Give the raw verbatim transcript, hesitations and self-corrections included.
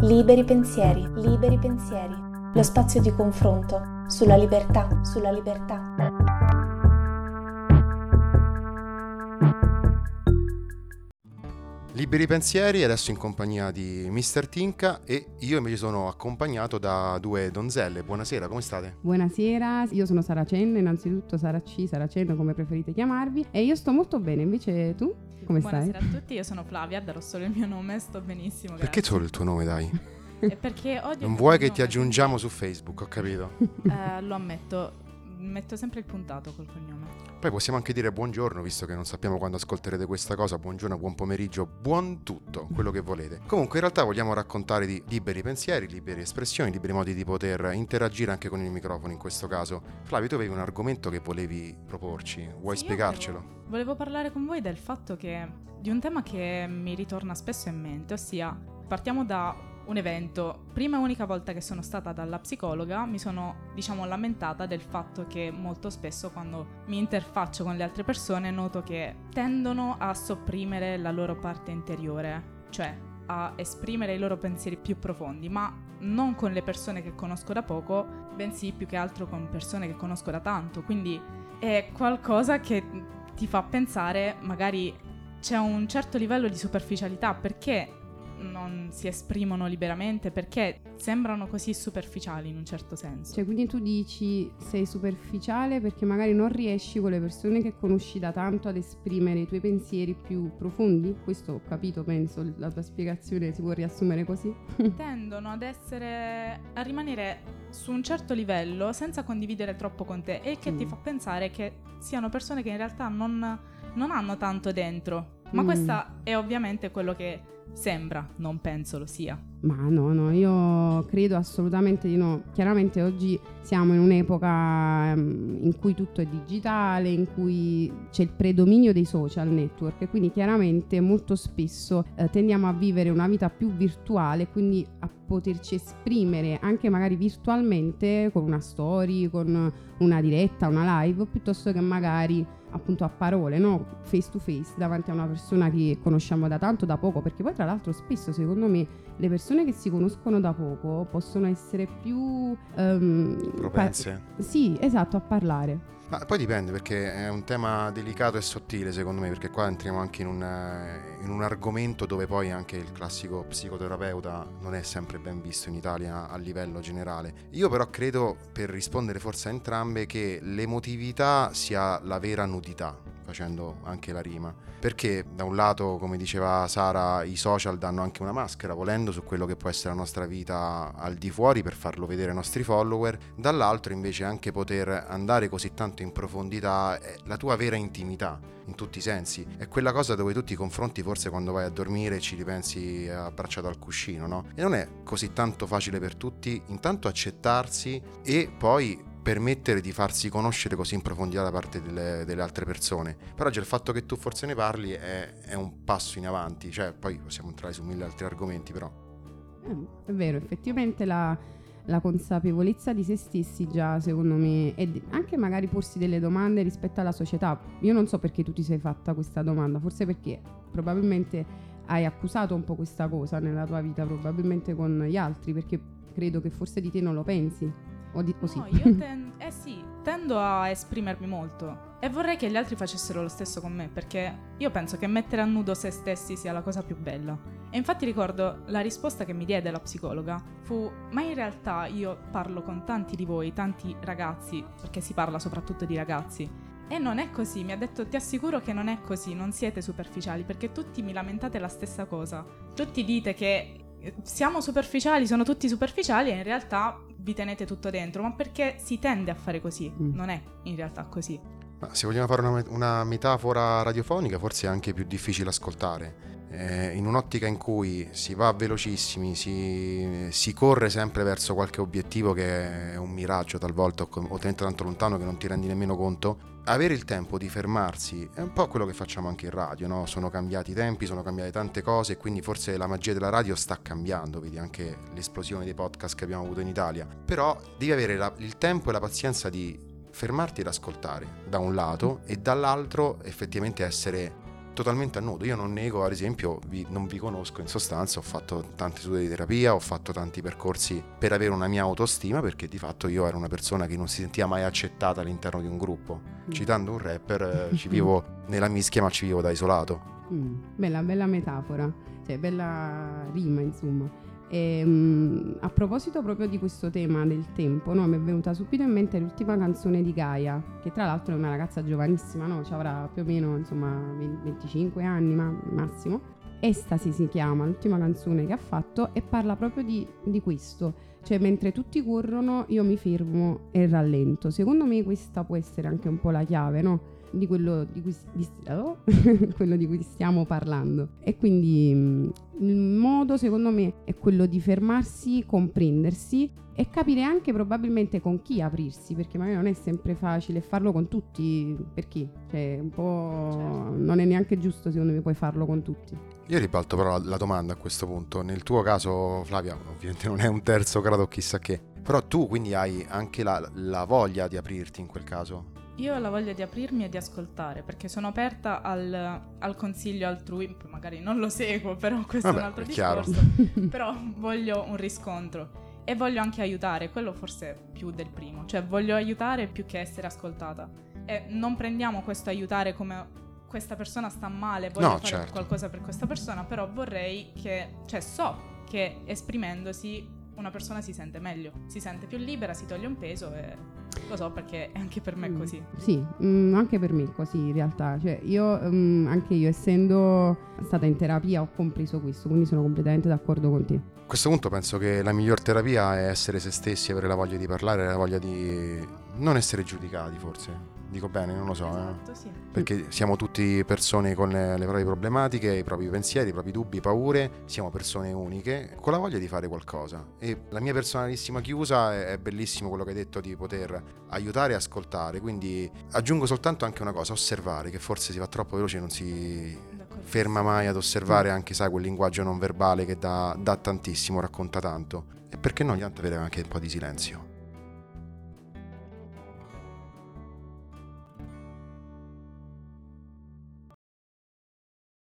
Liberi pensieri, liberi pensieri. Lo spazio di confronto sulla libertà, sulla libertà. Liberi pensieri, adesso in compagnia di mister Tinka, e io invece sono accompagnato da due donzelle. Buonasera, come state? Buonasera, io sono Saracen, innanzitutto Sara C, Saracen come preferite chiamarvi, e io sto molto bene, invece tu come stai? Buonasera a tutti, io sono Flavia, darò solo il mio nome, sto benissimo, grazie. Perché solo il tuo nome, dai? È perché odio Non il vuoi che cognome, ti aggiungiamo su Facebook, ho capito. eh, Lo ammetto, metto sempre il puntato col cognome. Poi possiamo anche dire buongiorno, visto che non sappiamo quando ascolterete questa cosa. Buongiorno, buon pomeriggio, buon tutto, quello che volete. Comunque in realtà vogliamo raccontare di liberi pensieri, libere espressioni, liberi modi di poter interagire anche con il microfono in questo caso. Flavio, tu avevi un argomento che volevi proporci, vuoi Sì, spiegarcelo? Volevo, volevo parlare con voi del fatto che, di un tema che mi ritorna spesso in mente, ossia partiamo da un evento. Prima e unica volta che sono stata dalla psicologa mi sono, diciamo, lamentata del fatto che molto spesso quando mi interfaccio con le altre persone noto che tendono a sopprimere la loro parte interiore, cioè a esprimere i loro pensieri più profondi, ma non con le persone che conosco da poco, bensì più che altro con persone che conosco da tanto. Quindi è qualcosa che ti fa pensare, magari c'è un certo livello di superficialità, perché non si esprimono liberamente, perché sembrano così superficiali in un certo senso. Cioè, quindi tu dici sei superficiale perché magari non riesci con le persone che conosci da tanto ad esprimere i tuoi pensieri più profondi? Questo ho capito, penso, la tua spiegazione si può riassumere così? Tendono ad essere, a rimanere su un certo livello senza condividere troppo con te, e che mm. ti fa pensare che siano persone che in realtà non, non hanno tanto dentro. Ma mm. questa è ovviamente quello che sembra, non penso lo sia. Ma no, no, io credo assolutamente di no. Chiaramente oggi siamo in un'epoca um, in cui tutto è digitale, in cui c'è il predominio dei social network, e quindi chiaramente molto spesso eh, tendiamo a vivere una vita più virtuale, quindi a poterci esprimere anche magari virtualmente con una story, con una diretta, una live, piuttosto che magari appunto a parole, no? Face to face, davanti a una persona che conosciamo da tanto, da poco, perché poi tra l'altro spesso secondo me le persone che si conoscono da poco possono essere più um, propense. Pa- sì, esatto, a parlare. Ma poi dipende, perché è un tema delicato e sottile secondo me, perché qua entriamo anche in un, in un argomento dove poi anche il classico psicoterapeuta non è sempre ben visto in Italia a livello generale. Io però credo, per rispondere forse a entrambe, che l'emotività sia la vera nudità, facendo anche la rima, perché da un lato, come diceva Sara, i social danno anche una maschera, volendo, su quello che può essere la nostra vita al di fuori per farlo vedere ai nostri follower, dall'altro invece anche poter andare così tanto in profondità è la tua vera intimità in tutti i sensi, è quella cosa dove tu ti confronti forse quando vai a dormire e ci ripensi abbracciato al cuscino, no? E non è così tanto facile per tutti intanto accettarsi e poi permettere di farsi conoscere così in profondità da parte delle, delle altre persone. Però già il fatto che tu forse ne parli è, è un passo in avanti, cioè poi possiamo entrare su mille altri argomenti, però eh, è vero, effettivamente la, la consapevolezza di se stessi già secondo me, e anche magari porsi delle domande rispetto alla società. Io non so perché tu ti sei fatta questa domanda, forse perché probabilmente hai accusato un po' questa cosa nella tua vita, probabilmente con gli altri, perché credo che forse di te non lo pensi. O di, o sì. No, io ten- eh sì, tendo a esprimermi molto e vorrei che gli altri facessero lo stesso con me, perché io penso che mettere a nudo se stessi sia la cosa più bella. E infatti ricordo la risposta che mi diede la psicologa fu: ma in realtà io parlo con tanti di voi, tanti ragazzi, perché si parla soprattutto di ragazzi, e non è così. Mi ha detto: ti assicuro che non è così, non siete superficiali, perché tutti mi lamentate la stessa cosa, tutti dite che siamo superficiali, sono tutti superficiali, e in realtà vi tenete tutto dentro, ma perché si tende a fare così, mm. non è in realtà così. Ma se vogliamo fare una, una metafora radiofonica, forse è anche più difficile ascoltare. Eh, in un'ottica in cui si va velocissimi, si, si corre sempre verso qualche obiettivo che è un miraggio talvolta, o, o talmente tanto lontano che non ti rendi nemmeno conto, avere il tempo di fermarsi è un po' quello che facciamo anche in radio, no? Sono cambiati i tempi, sono cambiate tante cose, e quindi forse la magia della radio sta cambiando, vedi anche l'esplosione dei podcast che abbiamo avuto in Italia. Però devi avere la, il tempo e la pazienza di fermarti ed ascoltare da un lato, e dall'altro effettivamente essere totalmente a nudo. Io non nego, ad esempio, vi, non vi conosco in sostanza, ho fatto tanti studi di terapia, ho fatto tanti percorsi per avere una mia autostima, perché di fatto io ero una persona che non si sentiva mai accettata all'interno di un gruppo. Mm. Citando un rapper, ci vivo nella mischia ma ci vivo da isolato. Mm. Bella, bella metafora, cioè bella rima insomma. E, um, a proposito proprio di questo tema del tempo, no, mi è venuta subito in mente l'ultima canzone di Gaia, che tra l'altro è una ragazza giovanissima, no? Cioè avrà più o meno insomma venticinque anni ma, massimo. Estasi si chiama l'ultima canzone che ha fatto e parla proprio di, di questo, cioè mentre tutti corrono io mi fermo e rallento. Secondo me questa può essere anche un po' la chiave, no? Di quello di cui, di, oh, quello di cui stiamo parlando. E quindi mh, il modo secondo me è quello di fermarsi, comprendersi e capire anche probabilmente con chi aprirsi, perché magari non è sempre facile farlo con tutti. Per chi? Cioè un po' certo. Non è neanche giusto secondo me poi farlo con tutti. Io ribalto però la, la domanda a questo punto. Nel tuo caso, Flavia, ovviamente non è un terzo grado chissà che, però tu quindi hai anche la, la voglia di aprirti in quel caso? Io ho la voglia di aprirmi e di ascoltare, perché sono aperta al, al consiglio altrui, magari non lo seguo, però questo Vabbè, è un altro è discorso. Però voglio un riscontro e voglio anche aiutare, quello forse più del primo, cioè voglio aiutare più che essere ascoltata. E non prendiamo questo aiutare come questa persona sta male, voglio no, fare certo. qualcosa per questa persona, però vorrei che, cioè so che esprimendosi una persona si sente meglio, si sente più libera, si toglie un peso e lo so perché anche per me è così. Mm, sì, mm, anche per me è così in realtà, cioè io, mm, anche io essendo stata in terapia ho compreso questo, quindi sono completamente d'accordo con te. A questo punto penso che la miglior terapia è essere se stessi, avere la voglia di parlare, la voglia di non essere giudicati forse. Dico bene, non lo so, esatto, eh? Sì. Perché siamo tutti persone con le proprie problematiche, i propri pensieri, i propri dubbi, paure, siamo persone uniche, con la voglia di fare qualcosa. E la mia personalissima chiusa è, è bellissimo quello che hai detto di poter aiutare e ascoltare, quindi aggiungo soltanto anche una cosa, osservare, che forse si va troppo veloce e non si ferma mai ad osservare anche, sai, quel linguaggio non verbale che dà, dà tantissimo, racconta tanto. E perché no, ogni tanto avere anche un po' di silenzio.